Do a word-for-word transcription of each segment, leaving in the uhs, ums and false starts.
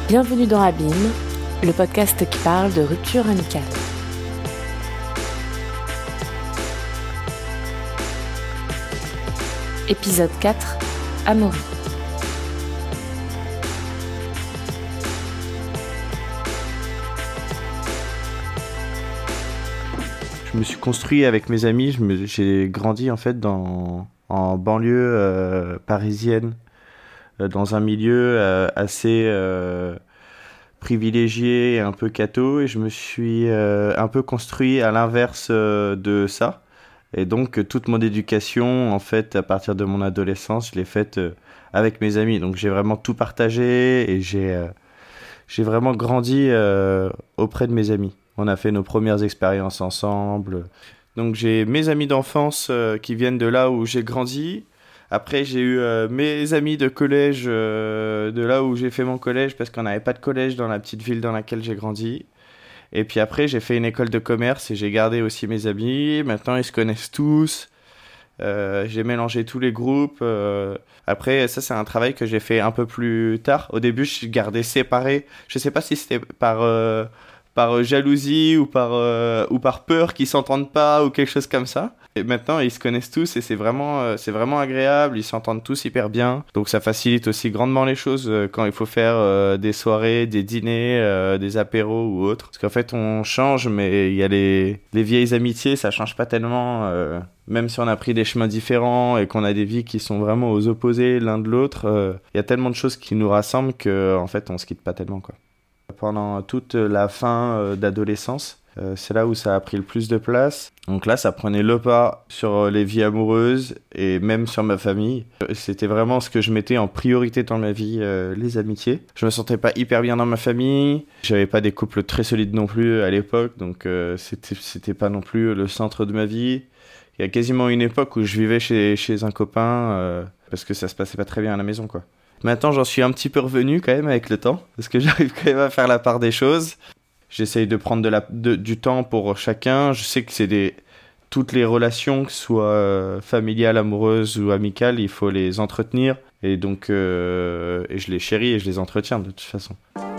Bienvenue dans Abîme, le podcast qui parle de rupture amicale. Épisode quatre, Amaury. Je me suis construit avec mes amis, je me, j'ai grandi en fait dans, en banlieue euh, parisienne, euh, dans un milieu euh, assez euh, privilégié et un peu catho, et je me suis euh, un peu construit à l'inverse euh, de ça. Et donc euh, toute mon éducation, en fait, à partir de mon adolescence, je l'ai faite euh, avec mes amis. Donc j'ai vraiment tout partagé et j'ai, euh, j'ai vraiment grandi euh, auprès de mes amis. On a fait nos premières expériences ensemble. Donc j'ai mes amis d'enfance euh, qui viennent de là où j'ai grandi. Après j'ai eu euh, mes amis de collège euh, de là où j'ai fait mon collège parce qu'on n'avait pas de collège dans la petite ville dans laquelle j'ai grandi. Et puis après j'ai fait une école de commerce et j'ai gardé aussi mes amis. Maintenant ils se connaissent tous. Euh, j'ai mélangé tous les groupes. Euh, après ça c'est un travail que j'ai fait un peu plus tard. Au début je gardais séparé. Je sais pas si c'était par... Euh, par jalousie ou par, euh, ou par peur qu'ils s'entendent pas ou quelque chose comme ça. Et maintenant, ils se connaissent tous et c'est vraiment, euh, c'est vraiment agréable, ils s'entendent tous hyper bien. Donc ça facilite aussi grandement les choses euh, quand il faut faire euh, des soirées, des dîners, euh, des apéros ou autres. Parce qu'en fait, on change, mais il y a les, les vieilles amitiés, ça change pas tellement. Euh, même si on a pris des chemins différents et qu'on a des vies qui sont vraiment aux opposés l'un de l'autre, il euh, y a tellement de choses qui nous rassemblent qu'en fait, on se quitte pas tellement, quoi. Pendant toute la fin euh, d'adolescence, euh, c'est là où ça a pris le plus de place. Donc là, ça prenait le pas sur les vies amoureuses et même sur ma famille. C'était vraiment ce que je mettais en priorité dans ma vie, euh, les amitiés. Je me sentais pas hyper bien dans ma famille. J'avais pas des couples très solides non plus à l'époque, donc euh, c'était, c'était pas non plus le centre de ma vie. Il y a quasiment une époque où je vivais chez, chez un copain euh, parce que ça se passait pas très bien à la maison, quoi. Maintenant, j'en suis un petit peu revenu quand même avec le temps, parce que j'arrive quand même à faire la part des choses. J'essaye de prendre de la, de, du temps pour chacun. Je sais que c'est des, toutes les relations, que ce soit euh, familiales, amoureuses ou amicales, il faut les entretenir. Et donc, euh, et je les chéris et je les entretiens de toute façon.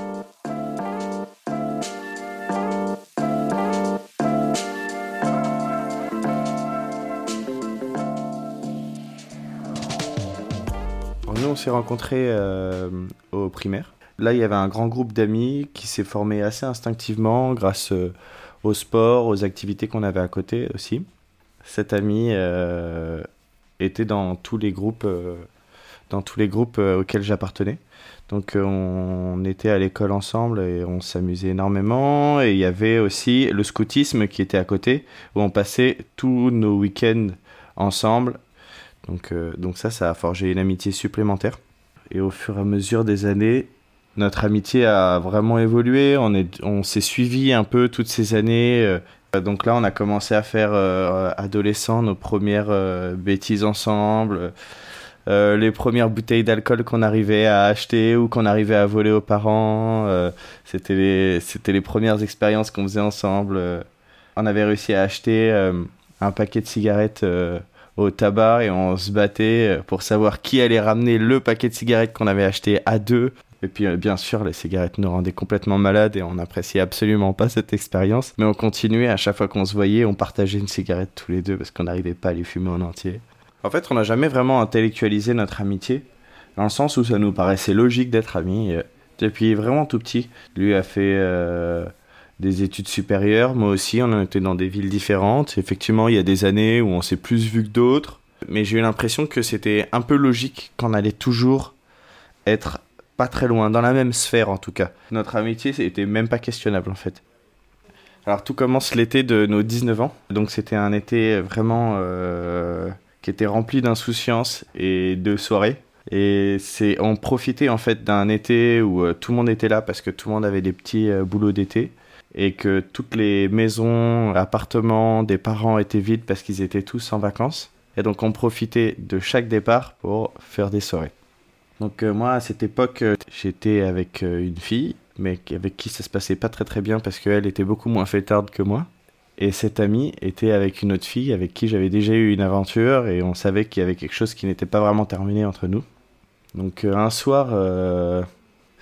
Nous, on s'est rencontrés euh, au primaire. Là, il y avait un grand groupe d'amis qui s'est formé assez instinctivement grâce euh, au sport, aux activités qu'on avait à côté aussi. Cet ami euh, était dans tous les groupes, euh, dans tous les groupes euh, auxquels j'appartenais. Donc, euh, on était à l'école ensemble et on s'amusait énormément. Et il y avait aussi le scoutisme qui était à côté, où on passait tous nos week-ends ensemble. Donc, euh, donc ça, ça a forgé une amitié supplémentaire. Et au fur et à mesure des années, notre amitié a vraiment évolué. On, est, on s'est suivi un peu toutes ces années. Euh, donc là, on a commencé à faire, euh, adolescents, nos premières euh, bêtises ensemble. Euh, les premières bouteilles d'alcool qu'on arrivait à acheter ou qu'on arrivait à voler aux parents. Euh, c'était, les, c'était les premières expériences qu'on faisait ensemble. Euh, on avait réussi à acheter euh, un paquet de cigarettes euh, au tabac et on se battait pour savoir qui allait ramener le paquet de cigarettes qu'on avait acheté à deux. Et puis bien sûr les cigarettes nous rendaient complètement malades et on n'appréciait absolument pas cette expérience, mais on continuait. À chaque fois qu'on se voyait, on partageait une cigarette tous les deux parce qu'on n'arrivait pas à les fumer en entier. En fait, on n'a jamais vraiment intellectualisé notre amitié, dans le sens où ça nous paraissait logique d'être amis depuis vraiment tout petit. Lui a fait euh, des études supérieures, moi aussi, on était dans des villes différentes. Effectivement, il y a des années où on s'est plus vu que d'autres, mais j'ai eu l'impression que c'était un peu logique qu'on allait toujours être pas très loin, dans la même sphère en tout cas. Notre amitié, c'était même pas questionnable en fait. Alors tout commence l'été de nos dix-neuf ans, donc c'était un été vraiment euh, qui était rempli d'insouciance et de soirées. Et c'est, on profitait en fait d'un été où euh, tout le monde était là parce que tout le monde avait des petits euh, boulots d'été. Et que toutes les maisons, appartements des parents étaient vides parce qu'ils étaient tous en vacances. Et donc on profitait de chaque départ pour faire des soirées. Donc euh, moi à cette époque, euh, j'étais avec euh, une fille, mais avec qui ça se passait pas très très bien parce qu'elle était beaucoup moins fêtarde que moi. Et cette amie était avec une autre fille avec qui j'avais déjà eu une aventure et on savait qu'il y avait quelque chose qui n'était pas vraiment terminé entre nous. Donc euh, un soir, euh,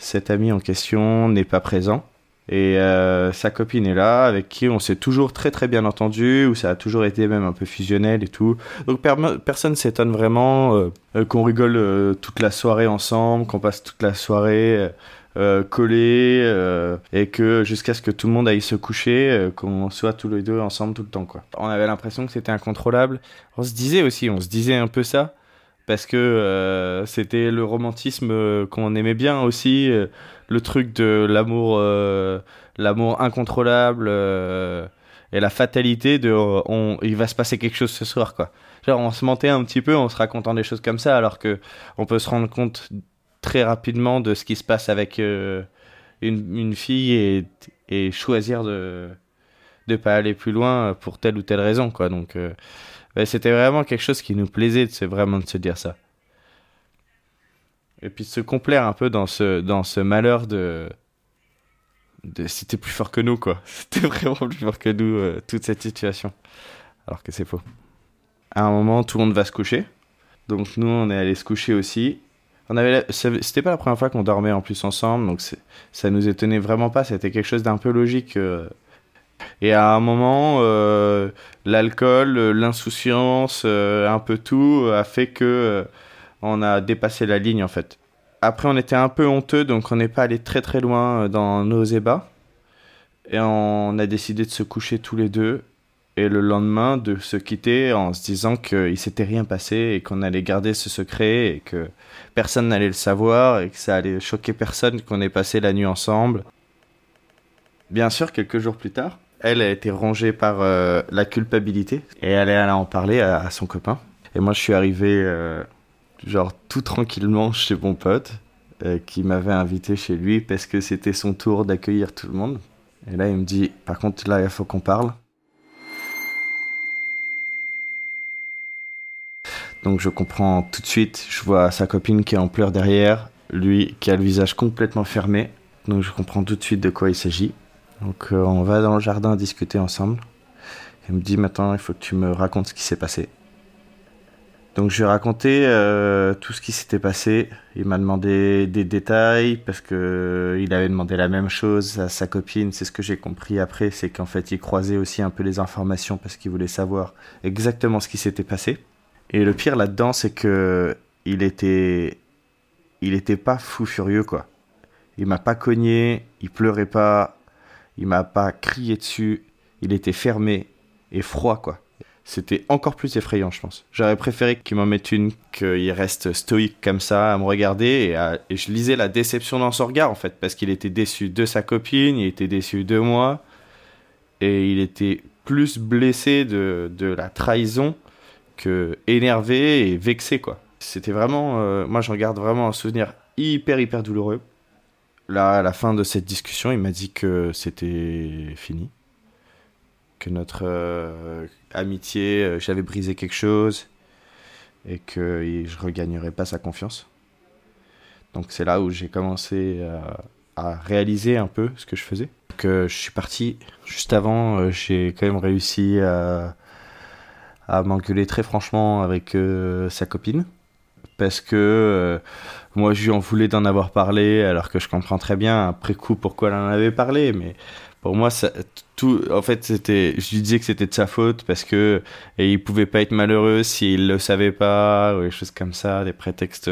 cet ami en question n'est pas présent. Et euh, sa copine est là, avec qui on s'est toujours très très bien entendu, où ça a toujours été même un peu fusionnel et tout. Donc per- personne s'étonne vraiment euh, qu'on rigole euh, toute la soirée ensemble, qu'on passe toute la soirée euh, collés, euh, et que jusqu'à ce que tout le monde aille se coucher, euh, qu'on soit tous les deux ensemble tout le temps, quoi. On avait l'impression que c'était incontrôlable. On se disait aussi, on se disait un peu ça, parce que euh, c'était le romantisme euh, qu'on aimait bien aussi, euh, le truc de l'amour, euh, l'amour incontrôlable euh, et la fatalité de euh, on, il va se passer quelque chose ce soir, quoi. Genre on se mentait un petit peu en se racontant des choses comme ça, alors que on peut se rendre compte très rapidement de ce qui se passe avec euh, une, une fille et, et choisir de de pas aller plus loin pour telle ou telle raison, quoi. Donc euh, ouais, c'était vraiment quelque chose qui nous plaisait, de se, vraiment de se dire ça. Et puis de se complaire un peu dans ce, dans ce malheur de, de... C'était plus fort que nous, quoi. C'était vraiment plus fort que nous, euh, toute cette situation. Alors que c'est faux. À un moment, tout le monde va se coucher. Donc nous, on est allés se coucher aussi. On avait... C'était pas la première fois qu'on dormait en plus ensemble, donc c'est... ça nous étonnait vraiment pas. C'était quelque chose d'un peu logique. Euh... Et à un moment, euh, l'alcool, l'insouciance, euh, un peu tout, a fait que euh, on a dépassé la ligne, en fait. Après, on était un peu honteux, donc on n'est pas allé très très loin dans nos ébats. Et on a décidé de se coucher tous les deux. Et le lendemain, de se quitter en se disant qu'il s'était rien passé et qu'on allait garder ce secret et que personne n'allait le savoir et que ça allait choquer personne qu'on ait passé la nuit ensemble. Bien sûr, quelques jours plus tard, elle a été rongée par euh, la culpabilité et elle est allée en parler à, à son copain. Et moi, je suis arrivé euh, genre tout tranquillement chez mon pote euh, qui m'avait invité chez lui parce que c'était son tour d'accueillir tout le monde. Et là, il me dit, par contre, là, il faut qu'on parle. Donc je comprends tout de suite, je vois sa copine qui est en pleurs derrière, lui qui a le visage complètement fermé. Donc je comprends tout de suite de quoi il s'agit. Donc euh, on va dans le jardin discuter ensemble. Il me dit maintenant il faut que tu me racontes ce qui s'est passé. Donc je lui ai raconté euh, tout ce qui s'était passé. Il m'a demandé des détails parce que il avait demandé la même chose à sa copine. C'est ce que j'ai compris après, c'est qu'en fait il croisait aussi un peu les informations parce qu'il voulait savoir exactement ce qui s'était passé. Et le pire là-dedans, c'est que il était, il était pas fou furieux, quoi. Il m'a pas cogné, il pleurait pas, il m'a pas crié dessus, il était fermé et froid, quoi. C'était encore plus effrayant, je pense. J'aurais préféré qu'il m'en mette une, qu'il reste stoïque comme ça, à me regarder, et, à, et je lisais la déception dans son regard, en fait, parce qu'il était déçu de sa copine, il était déçu de moi, et il était plus blessé de, de la trahison que énervé et vexé, quoi. C'était vraiment... Euh, moi, je regarde vraiment un souvenir hyper, hyper douloureux. Là, à la fin de cette discussion, il m'a dit que c'était fini. Que notre euh, amitié, euh, j'avais brisé quelque chose et que je regagnerais pas sa confiance. Donc c'est là où j'ai commencé à, à réaliser un peu ce que je faisais. Donc, euh, je suis parti juste avant, euh, j'ai quand même réussi à... à m'engueuler très franchement avec euh, sa copine parce que euh, moi je lui en voulais d'en avoir parlé alors que je comprends très bien après coup pourquoi elle en avait parlé, mais pour moi ça, tout en fait c'était, je lui disais que c'était de sa faute parce que et il pouvait pas être malheureux s'il le savait pas ou des choses comme ça, des prétextes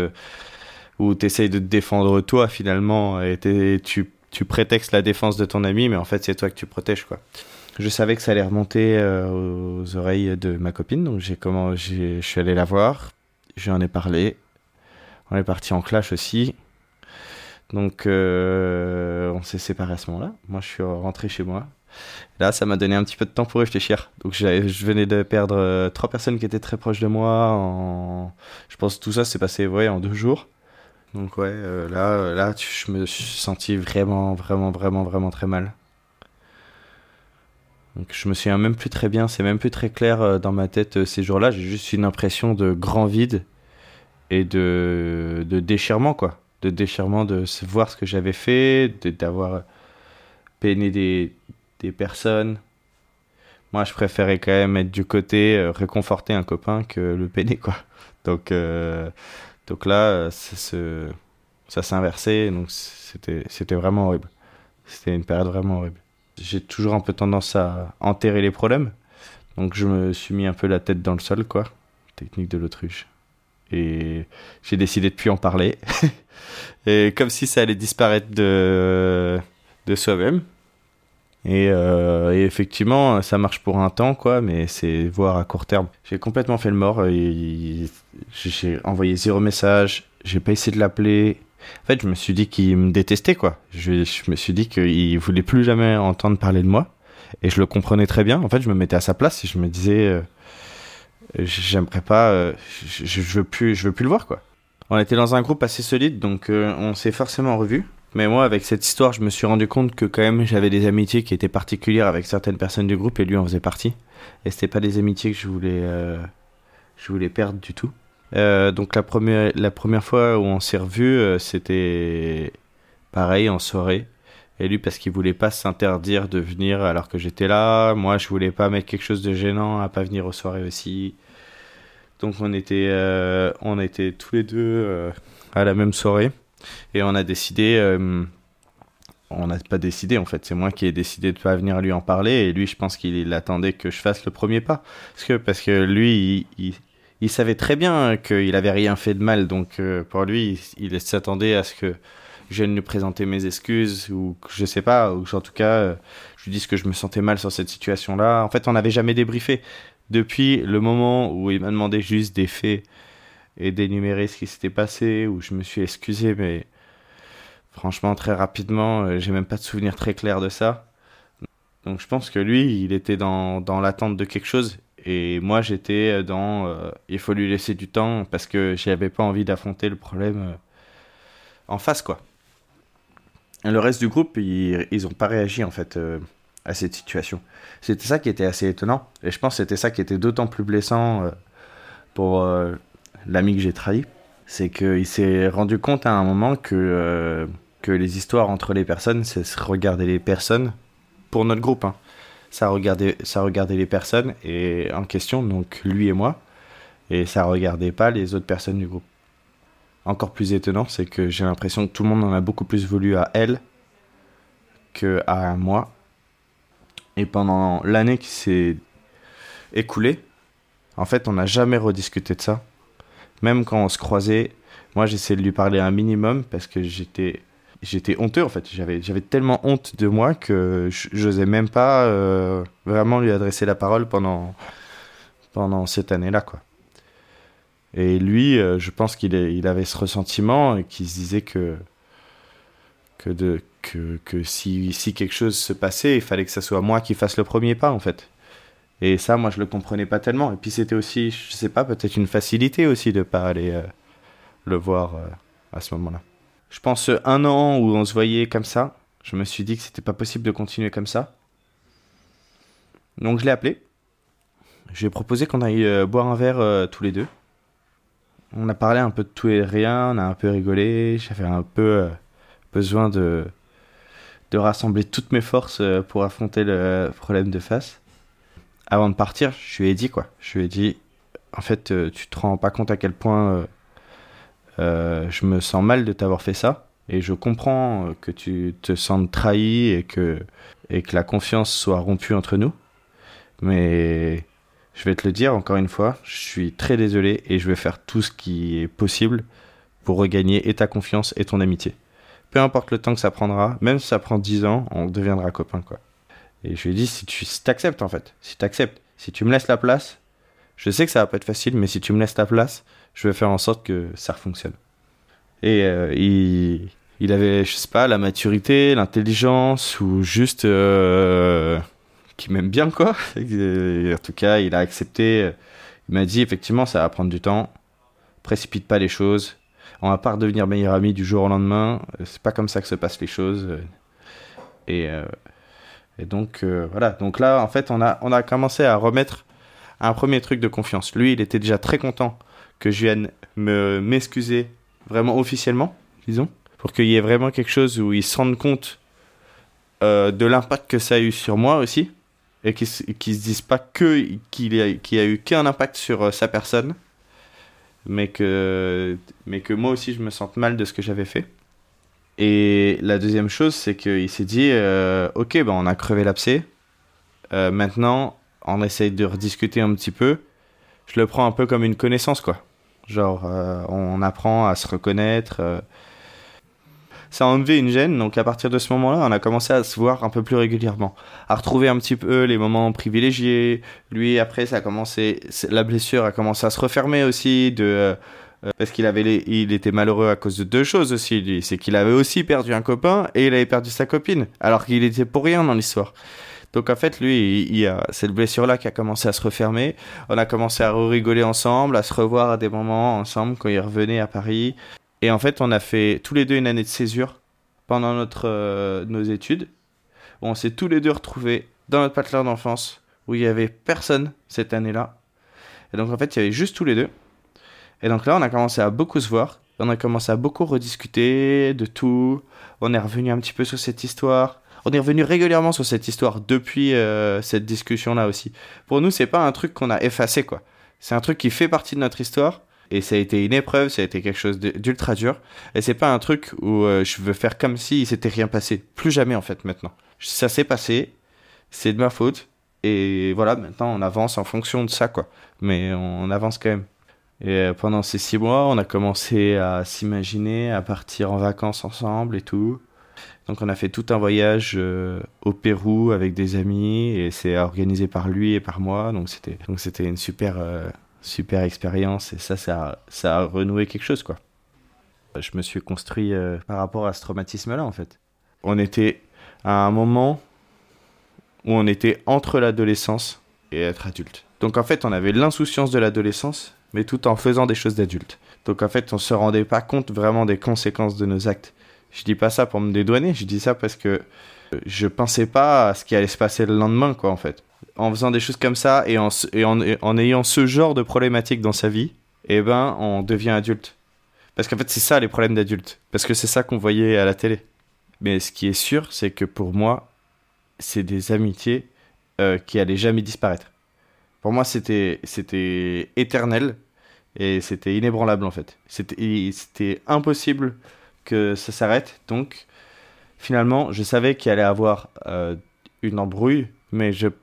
où t'essayes de te défendre toi finalement et tu, tu prétextes la défense de ton ami mais en fait c'est toi que tu protèges, quoi. Je savais que ça allait remonter euh, aux oreilles de ma copine, donc j'ai comment, j'ai, je suis allé la voir, j'en ai parlé, on est parti en clash aussi, donc euh, on s'est séparés à ce moment-là. Moi je suis rentré chez moi, là ça m'a donné un petit peu de temps pour réfléchir, donc je venais de perdre euh, trois personnes qui étaient très proches de moi, en... je pense que tout ça s'est passé ouais, en deux jours, donc ouais, euh, là, là je me suis senti vraiment, vraiment, vraiment, vraiment très mal. Donc je me souviens même plus très bien, c'est même plus très clair dans ma tête ces jours-là, j'ai juste une impression de grand vide et de, de déchirement, quoi. De déchirement de voir ce que j'avais fait, de, d'avoir peiné des, des personnes. Moi je préférais quand même être du côté euh, réconforter un copain que le peiner, quoi. Donc, euh, donc là, c'est ce, ça s'est inversé, donc c'était, c'était vraiment horrible. C'était une période vraiment horrible. J'ai toujours un peu tendance à enterrer les problèmes, donc je me suis mis un peu la tête dans le sol, quoi. Technique de l'autruche. Et j'ai décidé de plus en parler. Et comme si ça allait disparaître de, de soi-même. Et, euh, et effectivement, ça marche pour un temps, quoi, mais c'est voir à court terme. J'ai complètement fait le mort. Et j'ai envoyé zéro message. J'ai pas essayé de l'appeler. En fait, je me suis dit qu'il me détestait, quoi. Je, je me suis dit qu'il voulait plus jamais entendre parler de moi. Et je le comprenais très bien. En fait, je me mettais à sa place et je me disais, euh, j'aimerais pas, euh, je, je veux plus, je veux plus le voir, quoi. On était dans un groupe assez solide, donc euh, on s'est forcément revus. Mais moi, avec cette histoire, je me suis rendu compte que quand même, j'avais des amitiés qui étaient particulières avec certaines personnes du groupe et lui en faisait partie. Et c'était pas des amitiés que je voulais, euh, je voulais perdre du tout. Euh, donc la première, la première fois où on s'est revus, euh, c'était pareil en soirée. Et lui, parce qu'il voulait pas s'interdire de venir alors que j'étais là. Moi, je voulais pas mettre quelque chose de gênant à pas venir aux soirées aussi. Donc on était, euh, on était tous les deux euh, à la même soirée. Et on a décidé, euh, on n'a pas décidé en fait, c'est moi qui ai décidé de pas venir lui en parler. Et lui, je pense qu'il attendait que je fasse le premier pas. Parce que, parce que lui, il, il, il savait très bien qu'il avait rien fait de mal. Donc euh, pour lui, il, il s'attendait à ce que je vienne lui présenter mes excuses ou que je sais pas, ou en tout cas, euh, je lui dise que je me sentais mal sur cette situation-là. En fait, on n'avait jamais débriefé. Depuis le moment où il m'a demandé juste des faits et d'énumérer ce qui s'était passé, où je me suis excusé, mais franchement, très rapidement, euh, j'ai même pas de souvenir très clair de ça. Donc je pense que lui, il était dans, dans l'attente de quelque chose, et moi, j'étais dans euh, il faut lui laisser du temps, parce que j'avais pas envie d'affronter le problème euh, en face, quoi. Et le reste du groupe, ils, ils ont pas réagi, en fait, euh, à cette situation. C'était ça qui était assez étonnant, et je pense que c'était ça qui était d'autant plus blessant euh, pour euh, l'ami que j'ai trahi. C'est qu'il s'est rendu compte à un moment que, euh, que les histoires entre les personnes, c'est se regarder les personnes, pour notre groupe, hein. Ça regardait, ça regardait les personnes et, en question, donc lui et moi, et ça regardait pas les autres personnes du groupe. Encore plus étonnant, c'est que j'ai l'impression que tout le monde en a beaucoup plus voulu à elle que à moi. Et pendant l'année qui s'est écoulée, en fait, on n'a jamais rediscuté de ça. Même quand on se croisait, moi, j'essayais de lui parler un minimum parce que j'étais, j'étais honteux, en fait. J'avais, j'avais tellement honte de moi que je n'osais même pas euh, vraiment lui adresser la parole pendant, pendant cette année-là, quoi. Et lui, euh, je pense qu'il est, il avait ce ressentiment et qu'il se disait que, que, de, que, que si, si quelque chose se passait, il fallait que ce soit moi qui fasse le premier pas, en fait. Et ça, moi, je le comprenais pas tellement. Et puis c'était aussi, je sais pas, peut-être une facilité aussi de pas aller euh, le voir euh, à ce moment-là. Je pense euh, un an où on se voyait comme ça, je me suis dit que c'était pas possible de continuer comme ça. Donc je l'ai appelé. Je lui ai proposé qu'on aille euh, boire un verre euh, tous les deux. On a parlé un peu de tout et de rien, on a un peu rigolé. J'avais un peu euh, besoin de, de rassembler toutes mes forces euh, pour affronter le problème de face. Avant de partir, je lui ai dit quoi. Je lui ai dit, en fait, euh, tu te rends pas compte à quel point euh, euh, je me sens mal de t'avoir fait ça. Et je comprends euh, que tu te sentes trahi et que, et que la confiance soit rompue entre nous. Mais je vais te le dire encore une fois, je suis très désolé et je vais faire tout ce qui est possible pour regagner et ta confiance et ton amitié. Peu importe le temps que ça prendra, même si ça prend dix ans, on deviendra copains, quoi. Et je lui ai dit, si tu si t'acceptes en fait, si t'acceptes, si tu me laisses la place, je sais que ça va pas être facile, mais si tu me laisses la place, je vais faire en sorte que ça fonctionne. Et euh, il, il avait, je sais pas, la maturité, l'intelligence, ou juste euh, qu'il m'aime bien, quoi. Et en tout cas, il a accepté. Il m'a dit, effectivement, ça va prendre du temps. Précipite pas les choses. On va pas redevenir meilleurs amis du jour au lendemain. C'est pas comme ça que se passent les choses. Et euh, Et donc, euh, voilà. Donc là, en fait, on a, on a commencé à remettre un premier truc de confiance. Lui, il était déjà très content que je vienne me, m'excuser vraiment officiellement, disons, pour qu'il y ait vraiment quelque chose où il se rende compte euh, de l'impact que ça a eu sur moi aussi, et qu'il ne se dise pas que, qu'il y a, qu'il y a eu qu'un impact sur euh, sa personne, mais que, mais que moi aussi, je me sente mal de ce que j'avais fait. Et la deuxième chose, c'est qu'il s'est dit, euh, ok, ben on a crevé l'abcès. Euh, maintenant, on essaye de rediscuter un petit peu. Je le prends un peu comme une connaissance, quoi. Genre, euh, on apprend à se reconnaître. Euh... Ça a enlevé une gêne, donc à partir de ce moment-là, on a commencé à se voir un peu plus régulièrement, à retrouver un petit peu les moments privilégiés. Lui, après, ça a commencé, la blessure a commencé à se refermer aussi, de, euh, parce qu'il avait les... il était malheureux à cause de deux choses aussi. Lui. C'est qu'il avait aussi perdu un copain et il avait perdu sa copine, alors qu'il était pour rien dans l'histoire. Donc en fait, lui, il, il a cette blessure-là qui a commencé à se refermer. On a commencé à rigoler ensemble, à se revoir à des moments ensemble quand il revenait à Paris. Et en fait, on a fait tous les deux une année de césure pendant notre, euh, nos études. Où on s'est tous les deux retrouvés dans notre patelin d'enfance où il n'y avait personne cette année-là. Et donc en fait, il y avait juste tous les deux. Et donc là, on a commencé à beaucoup se voir. On a commencé à beaucoup rediscuter de tout. On est revenu un petit peu sur cette histoire. On est revenu régulièrement sur cette histoire depuis euh, cette discussion-là aussi. Pour nous, c'est pas un truc qu'on a effacé, quoi. C'est un truc qui fait partie de notre histoire. Et ça a été une épreuve, ça a été quelque chose d'ultra dur. Et c'est pas un truc où euh, je veux faire comme si il s'était rien passé. Plus jamais, en fait, maintenant. Ça s'est passé, c'est de ma faute. Et voilà, maintenant, on avance en fonction de ça, quoi. Mais on avance quand même. Et euh, pendant ces six mois, on a commencé à s'imaginer, à partir en vacances ensemble et tout. Donc on a fait tout un voyage euh, au Pérou avec des amis et c'est organisé par lui et par moi. Donc c'était, donc c'était une super, euh, super expérience et ça, ça a, ça a renoué quelque chose, quoi. Je me suis construit euh, par rapport à ce traumatisme-là, en fait. On était à un moment où on était entre l'adolescence et être adulte. Donc en fait, on avait l'insouciance de l'adolescence, mais tout en faisant des choses d'adulte. Donc en fait, on se rendait pas compte vraiment des conséquences de nos actes. Je dis pas ça pour me dédouaner, je dis ça parce que je pensais pas à ce qui allait se passer le lendemain, quoi, en fait. En faisant des choses comme ça et en, et en, et en ayant ce genre de problématiques dans sa vie, eh ben, on devient adulte. Parce qu'en fait, c'est ça les problèmes d'adultes. Parce que c'est ça qu'on voyait à la télé. Mais ce qui est sûr, c'est que pour moi, c'est des amitiés euh, qui allaient jamais disparaître. Pour moi, c'était, c'était éternel et c'était inébranlable, en fait. C'était, c'était impossible que ça s'arrête, donc finalement je savais qu'il allait avoir euh, une embrouille, mais je,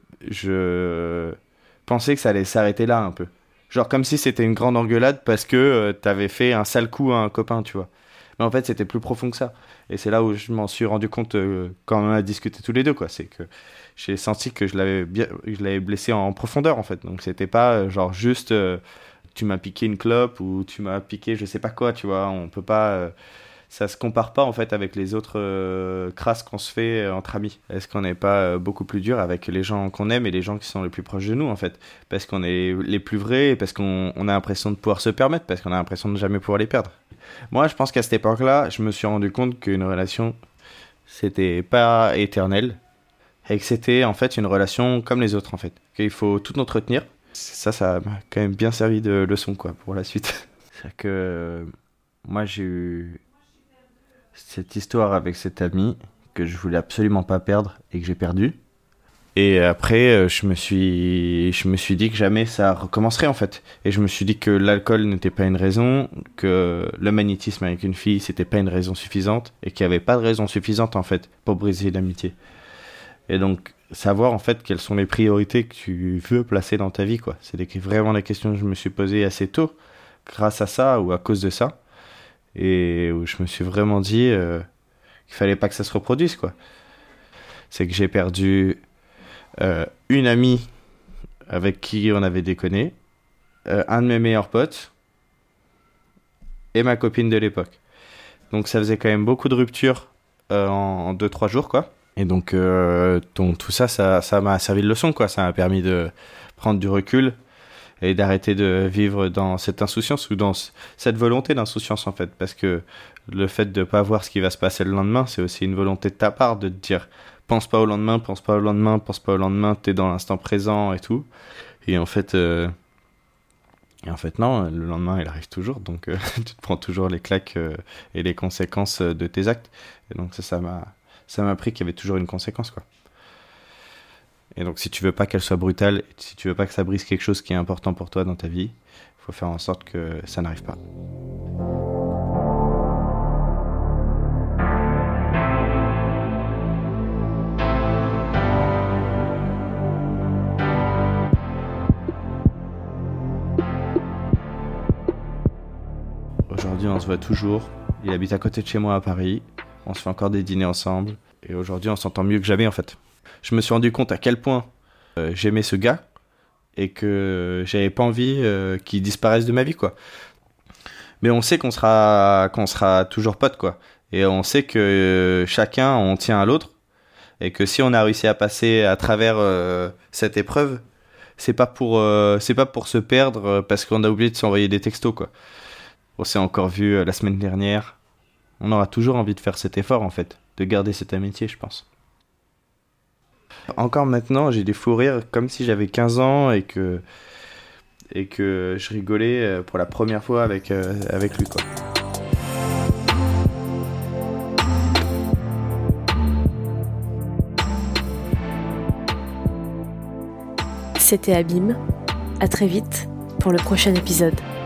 je pensais que ça allait s'arrêter là un peu, genre comme si c'était une grande engueulade parce que euh, t'avais fait un sale coup à un copain, tu vois. Mais en fait c'était plus profond que ça, et c'est là où je m'en suis rendu compte euh, quand on a discuté tous les deux, quoi. C'est que j'ai senti que je l'avais bien, je l'avais blessé en profondeur, en fait. Donc c'était pas euh, genre juste euh, tu m'as piqué une clope ou tu m'as piqué je sais pas quoi, tu vois. On peut pas euh, ça se compare pas, en fait, avec les autres euh, crasses qu'on se fait euh, entre amis. Est-ce qu'on n'est pas euh, beaucoup plus dur avec les gens qu'on aime et les gens qui sont les plus proches de nous, en fait? Parce qu'on est les plus vrais, parce qu'on on a l'impression de pouvoir se permettre, parce qu'on a l'impression de jamais pouvoir les perdre. Moi, je pense qu'à cette époque-là, je me suis rendu compte qu'une relation, c'était pas éternel, et que c'était, en fait, une relation comme les autres, en fait. Qu'il faut tout entretenir. Ça, ça m'a quand même bien servi de leçon, quoi, pour la suite. C'est que euh, moi, j'ai eu cette histoire avec cet ami que je voulais absolument pas perdre et que j'ai perdu. Et après, je me suis, je me suis dit que jamais ça recommencerait, en fait. Et je me suis dit que l'alcool n'était pas une raison, que le magnétisme avec une fille, c'était pas une raison suffisante, et qu'il n'y avait pas de raison suffisante, en fait, pour briser l'amitié. Et donc, savoir, en fait, quelles sont les priorités que tu veux placer dans ta vie, quoi. C'est des, vraiment des questions que je me suis posées assez tôt, grâce à ça ou à cause de ça. Et où je me suis vraiment dit euh, qu'il fallait pas que ça se reproduise, quoi. C'est que j'ai perdu euh, une amie avec qui on avait déconné, euh, un de mes meilleurs potes et ma copine de l'époque. Donc ça faisait quand même beaucoup de ruptures euh, en deux trois jours, quoi. Et donc, euh, donc tout ça, ça, ça m'a servi de leçon, quoi. Ça m'a permis de prendre du recul et d'arrêter de vivre dans cette insouciance ou dans cette volonté d'insouciance, en fait. Parce que le fait de ne pas voir ce qui va se passer le lendemain, c'est aussi une volonté de ta part de te dire pense pas au lendemain, pense pas au lendemain, pense pas au lendemain, t'es dans l'instant présent et tout. Et en fait, euh... et en fait non, le lendemain il arrive toujours, donc euh, tu te prends toujours les claques euh, et les conséquences de tes actes. Et donc ça, ça m'a, ça m'a appris qu'il y avait toujours une conséquence, quoi. Et donc, si tu veux pas qu'elle soit brutale, si tu veux pas que ça brise quelque chose qui est important pour toi dans ta vie, il faut faire en sorte que ça n'arrive pas. aujourd'hui on se voit toujours. Il habite à côté de chez moi à Paris. On se fait encore des dîners ensemble. Et aujourd'hui on s'entend mieux que jamais en fait. Je me suis rendu compte à quel point euh, j'aimais ce gars et que j'avais pas envie euh, qu'il disparaisse de ma vie, quoi. Mais on sait qu'on sera, qu'on sera toujours potes, quoi. Et on sait que euh, chacun, on tient à l'autre. Et que si on a réussi à passer à travers euh, cette épreuve, c'est pas pour, euh, c'est pas pour se perdre euh, parce qu'on a oublié de s'envoyer des textos, quoi. On s'est encore vu euh, la semaine dernière. On aura toujours envie de faire cet effort, en fait. De garder cette amitié, je pense. Encore maintenant, j'ai des fous rires comme si j'avais quinze ans et que, et que je rigolais pour la première fois avec, euh, avec lui, quoi. C'était Abîme. À très vite pour le prochain épisode.